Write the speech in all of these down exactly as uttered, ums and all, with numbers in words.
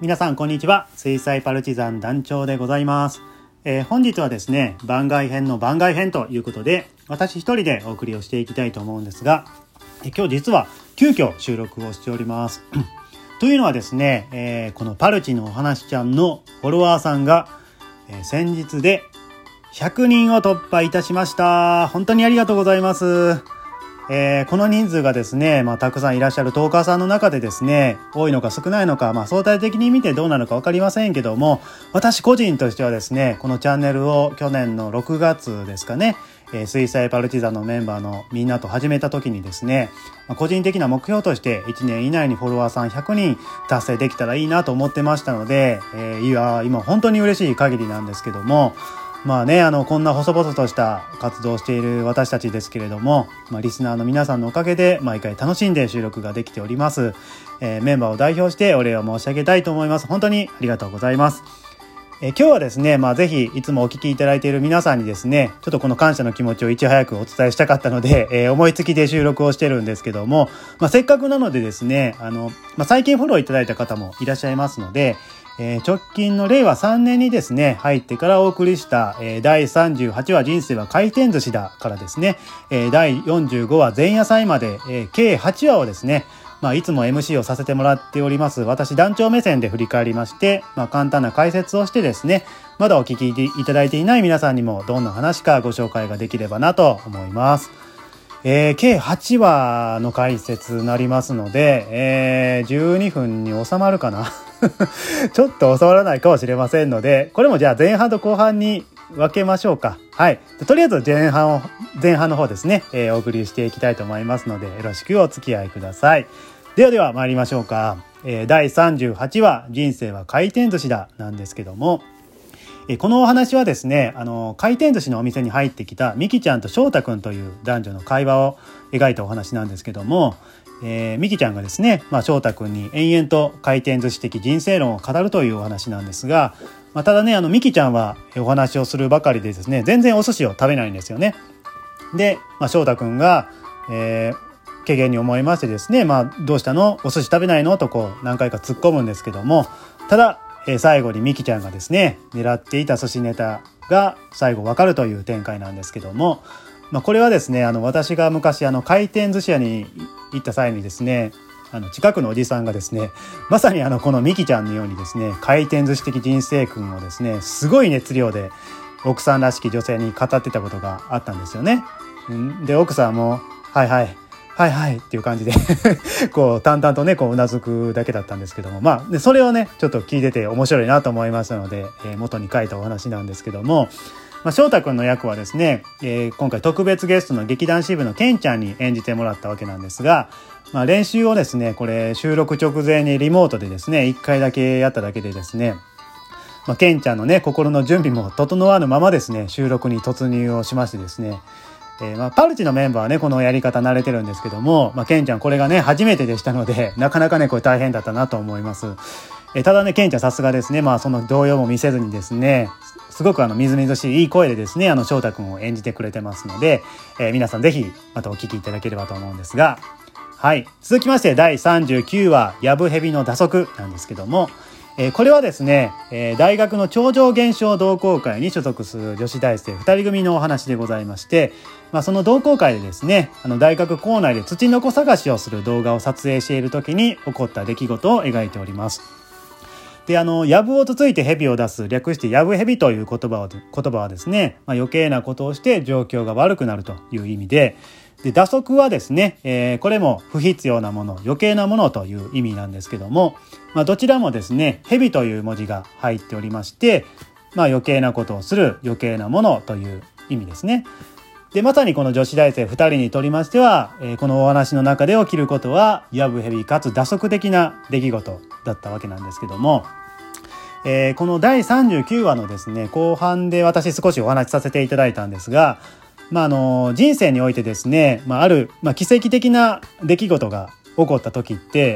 皆さんこんにちは。水彩パルチザン団長でございます。えー、本日はですね、番外編の番外編ということで、私一人でお送りをしていきたいと思うんですが、え今日実は急遽収録をしております。というのはですね、えー、このパルチのお話ちゃんのフォロワーさんが、えー、先日でひゃくにんを突破いたしました。本当にありがとうございます。えー、この人数がですね、まあ、たくさんいらっしゃるトーカーさんの中でですね、多いのか少ないのか、まあ、相対的に見てどうなのか分かりませんけども、私個人としてはですね、このチャンネルを去年のろくがつですかね、えー、水彩パルチザンのメンバーのみんなと始めた時にですね、まあ、個人的な目標としていちねん以内にフォロワーさんひゃくにん達成できたらいいなと思ってましたので、えー、いや今本当に嬉しい限りなんですけども、まあね、あのこんな細々とした活動をしている私たちですけれども、まあ、リスナーの皆さんのおかげで毎回楽しんで収録ができております。えー、メンバーを代表してお礼を申し上げたいと思います。本当にありがとうございます。えー、今日はですね、まあ、ぜひいつもお聞きいただいている皆さんにですね、ちょっとこの感謝の気持ちをいち早くお伝えしたかったので、えー、思いつきで収録をしてるんですけども、まあ、せっかくなのでですね、あの、まあ、最近フォローいただいた方もいらっしゃいますので、えー、直近のれいわさんねんにですね入ってからお送りした、えー、だいさんじゅうはちわ人生は回転寿司だからですね、えー、だいよんじゅうごわ前夜祭まで、えー、計はちわをですね、まあ、いつも エムシー をさせてもらっております私団長目線で振り返りまして、まあ、簡単な解説をしてですね、まだお聞きいただいていない皆さんにもどんな話かご紹介ができればなと思います。えー、計はちわの解説になりますので、えー、じゅうにふんに収まるかなちょっと収まらないかもしれませんので、これもじゃあ前半と後半に分けましょうか。はい。とりあえず前半を、前半の方ですね、えー、お送りしていきたいと思いますので、よろしくお付き合いください。ではでは参りましょうか。えー、だいさんじゅうはちわ人生は回転寿司だなんですけども、えー、このお話はですね、あの回転寿司のお店に入ってきたミキちゃんと翔太くんという男女の会話を描いたお話なんですけども、えー、ミキちゃんがですね、まあ、翔太くんに延々と回転寿司的人生論を語るというお話なんですが、まあ、ただね、あのミキちゃんはお話をするばかりでですね、全然お寿司を食べないんですよね。で、まあ、翔太くんが、えー、怪げに思いましてですね、まあ、どうしたの？お寿司食べないの？とこう何回か突っ込むんですけども、ただ、えー、最後にミキちゃんがですね、狙っていた寿司ネタが最後わかるという展開なんですけども、まあ、これはですね、あの私が昔あの回転寿司屋に行った際にですね、あの近くのおじさんがですね、まさにあのこのミキちゃんのようにですね、回転寿司的人生訓をですね、すごい熱量で奥さんらしき女性に語ってたことがあったんですよね。で、奥さんもはいはいはいはいっていう感じでこう淡々とねこううなずくだけだったんですけども、まあでそれをねちょっと聞いてて面白いなと思いましたので、えー、元に書いたお話なんですけども、まあ、翔太くんの役はですね、えー、今回特別ゲストの劇団支部のケンちゃんに演じてもらったわけなんですが、まあ、練習をですね、これ収録直前にリモートでですね、いっかいだけやっただけでですね、まあ、ケンちゃんのね、心の準備も整わぬままですね、収録に突入をしましてですね、えー、まあパルチのメンバーはね、このやり方慣れてるんですけども、まあ、ケンちゃんこれがね、初めてでしたので、なかなかね、これ大変だったなと思います。えー、ただね、ケンちゃんさすがですね、まあその動揺も見せずにですね、すごくあのみずみずしいいい声でですね、あの翔太くんを演じてくれてますので、えー、皆さんぜひまたお聞きいただければと思うんですが、はい、続きましてだいさんじゅうきゅうわやぶへびの打足なんですけども、えー、これはですね、えー、大学の超常現象同好会に所属する女子大生ふたり組のお話でございまして、まあ、その同好会でですね、あの大学構内でツチノコ探しをする動画を撮影している時に起こった出来事を描いております。で、あの、やぶをつついて蛇を出す、略してやぶ蛇という言葉を、言葉はですね、まあ、余計なことをして状況が悪くなるという意味で、で、打足はですね、えー、これも不必要なもの、余計なものという意味なんですけども、まあ、どちらもですね、蛇という文字が入っておりまして、まあ、余計なことをする、余計なものという意味ですね。で、まさにこの女子大生ふたりにとりましては、えー、このお話の中で起きることはやぶへびかつ打足的な出来事だったわけなんですけども、えー、このだいさんじゅうきゅうわのですね後半で私少しお話しさせていただいたんですが、まあ、あの人生においてですね、まあ、ある、まあ、奇跡的な出来事が起こった時って、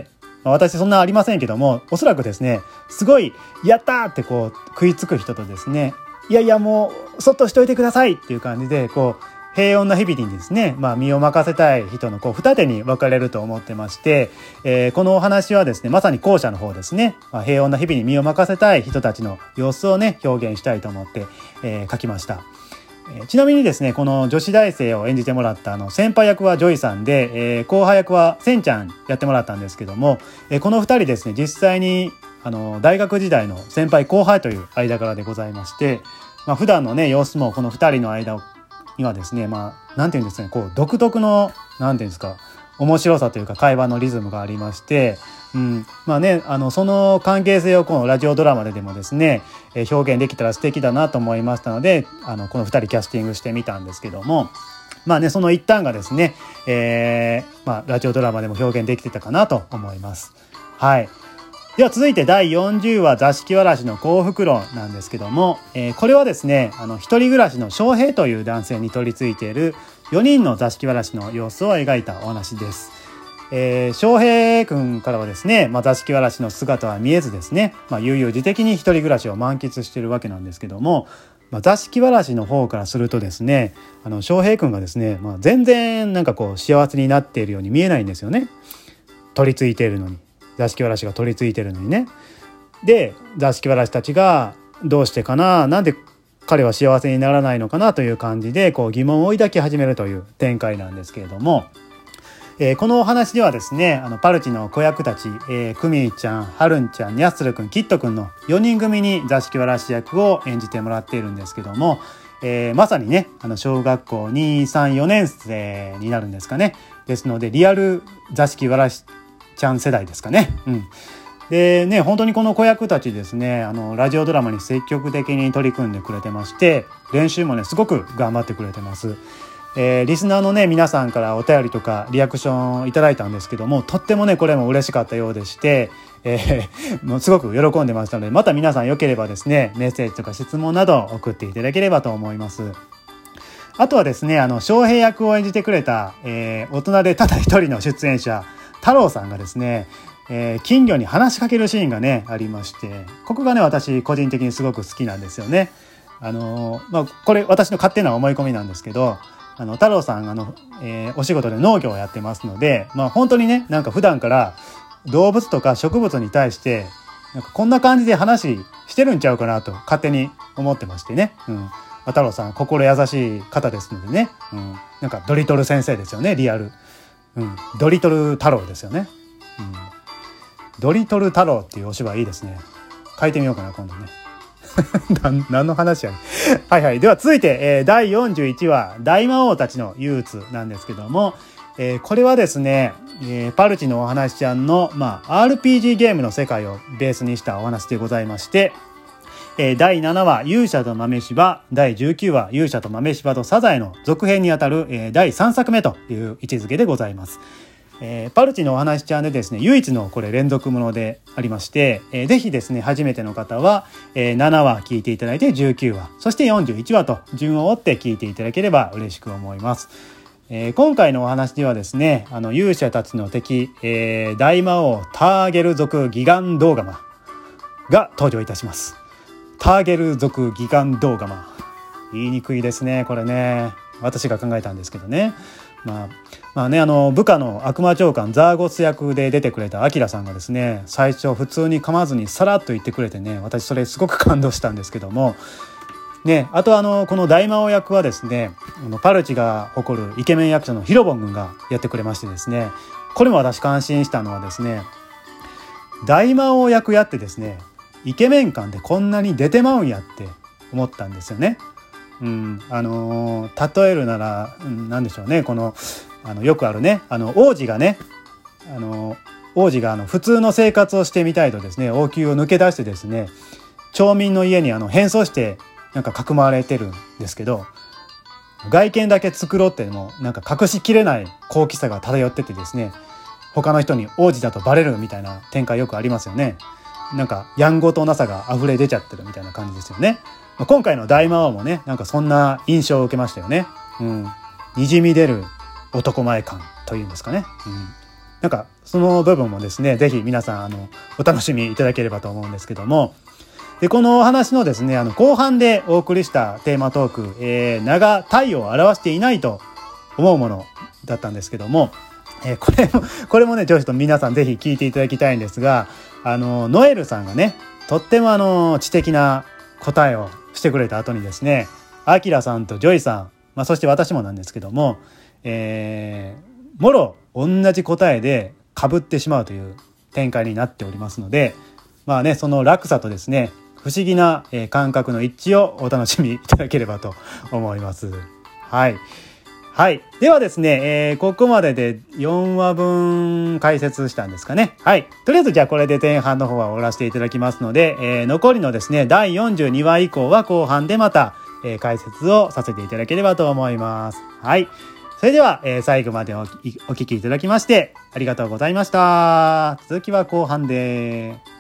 まあ、私そんなありませんけども、おそらくですねすごいやったーってこう食いつく人とですね、いやいやもうそっとしといてくださいっていう感じでこう平穏な日々にですね、まあ、身を任せたい人のこう二手に分かれると思ってまして、えー、このお話はですねまさに後者の方ですね、まあ、平穏な日々に身を任せたい人たちの様子をね表現したいと思って、えー、書きました。えー、ちなみにですねこの女子大生を演じてもらったあの先輩役はジョイさんで、えー、後輩役はセンちゃんやってもらったんですけども、えー、この二人ですね実際にあの大学時代の先輩後輩という間柄でございまして、まあ、普段のね様子もこの二人の間をにはですね、まあ、なんていうんですかね、こう、独特の、なんていうんですか、面白さというか会話のリズムがありまして、うん、まあね、あの、その関係性をこのラジオドラマででもですね、えー、表現できたら素敵だなと思いましたので、あの、この二人キャスティングしてみたんですけども、まあね、その一端がですね、えー、まあ、ラジオドラマでも表現できてたかなと思います。はい。では続いてだいよんじゅうわ座敷わらしの幸福論なんですけども、えー、これはですねあの一人暮らしの翔平という男性に取り付いているよにんの座敷わらしの様子を描いたお話です。えー、翔平くんからはですね、まあ、座敷わらしの姿は見えずですね、まあ、悠々自適に一人暮らしを満喫しているわけなんですけども、まあ、座敷わらしの方からするとですねあの翔平くんがですね、まあ、全然なんかこう幸せになっているように見えないんですよね。取り付いているのに座敷わらしが取り付いてるのにね。で座敷わらしたちがどうしてかな、なんで彼は幸せにならないのかなという感じでこう疑問を抱き始めるという展開なんですけれども、えー、このお話ではですねあのパルチの子役たち、えー、クミちゃん、ハルンちゃん、ニャッスルくん、キットくんのよにん組に座敷わらし役を演じてもらっているんですけども、えー、まさにねあの小学校に、さん、よねん生になるんですかね。ですのでリアル座敷わらしちゃん世代ですかね。うん。でね、本当にこの子役たちですね、あのラジオドラマに積極的に取り組んでくれてまして、練習もねすごく頑張ってくれてます。えー、リスナーのね皆さんからお便りとかリアクションいただいたんですけども、とってもねこれも嬉しかったようでして、えー、もうすごく喜んでましたので、また皆さんよければですねメッセージとか質問など送っていただければと思います。あとはですねあの翔平役を演じてくれた、えー、大人でただ一人の出演者太郎さんがですね、えー、金魚に話しかけるシーンがねありまして、ここがね私個人的にすごく好きなんですよね。あのー、まあこれ私の勝手な思い込みなんですけど、あの太郎さんあの、えー、お仕事で農業をやってますので、まあ本当にねなんか普段から動物とか植物に対してなんかこんな感じで話してるんちゃうかなと勝手に思ってましてね。うん。太郎さん心優しい方ですのでね、うん、なんかドリトル先生ですよね、リアル。うん、ドリトル太郎ですよね、うん、ドリトル太郎っていうお芝居いいですね。書いてみようかな今度ね何の話やねはいはい。では続いて、えー、だいよんじゅういちわ大魔王たちの憂鬱なんですけども、えー、これはですね、えー、パルチのお話ちゃんの、まあ、アールピージー ゲームの世界をベースにしたお話でございまして、えー、だいななわ勇者と豆柴、だいじゅうきゅうわ勇者と豆柴とサザエの続編にあたる、えー、だいさんさくめという位置づけでございます。えー、パルチのお話ちゃんでですね唯一のこれ連続ものでありまして、えー、ぜひですね初めての方は、えー、ななわ聞いていただいてじゅうきゅうわそしてよんじゅういちわと順を追って聞いていただければ嬉しく思います。えー、今回のお話ではですねあの勇者たちの敵、えー、大魔王ターゲル族ギガンドーガマが登場いたします。ターゲル族ギガンドーガマ、言いにくいですねこれね。私が考えたんですけどね。まあ、まあねあの部下の悪魔長官ザーゴス役で出てくれたアキラさんがですね最初普通に噛まずにさらっと言ってくれてね、私それすごく感動したんですけどもね。あとあのこの大魔王役はですねあのパルチが誇るイケメン役者のヒロボン君がやってくれましてですね、これも私感心したのはですね大魔王役やってですねイケメン感でこんなに出てまうんやって思ったんですよね。うん、あのー、例えるなら、うん、何でしょうね、この、あのよくあるねあの王子がねあの王子があの普通の生活をしてみたいとですね王宮を抜け出してですね町民の家にあの変装してなんかかくまわれてるんですけど、外見だけ繕ってもなんか隠しきれない高貴さが漂っててですね他の人に王子だとバレるみたいな展開よくありますよね。なんかやんごとなさが溢れ出ちゃってるみたいな感じですよね。今回の大魔王もねなんかそんな印象を受けましたよね。うん、にじみ出る男前感というんですかね。うん、なんかその部分もですねぜひ皆さんあのお楽しみいただければと思うんですけども、 でこのお話のですねあの後半でお送りしたテーマトーク、えー、名が太陽を表していないと思うものだったんですけども、えー、これもこれもねちょっと皆さんぜひ聞いていただきたいんですが、あのノエルさんがねとってもあの知的な答えをしてくれた後にですね、アキラさんとジョイさん、まあ、そして私もなんですけども、えー、もろ同じ答えで被ってしまうという展開になっておりますので、まあねその落差とですね不思議な感覚の一致をお楽しみいただければと思います。はい。はい。ではですね、えー、ここまででよんわぶん解説したんですかね。はい。とりあえずじゃあこれで前半の方は終わらせていただきますので、えー、残りのですね、だいよんじゅうにわ以降は後半でまた、えー、解説をさせていただければと思います。はい。それでは、えー、最後までお, お聞きいただきましてありがとうございました。続きは後半で。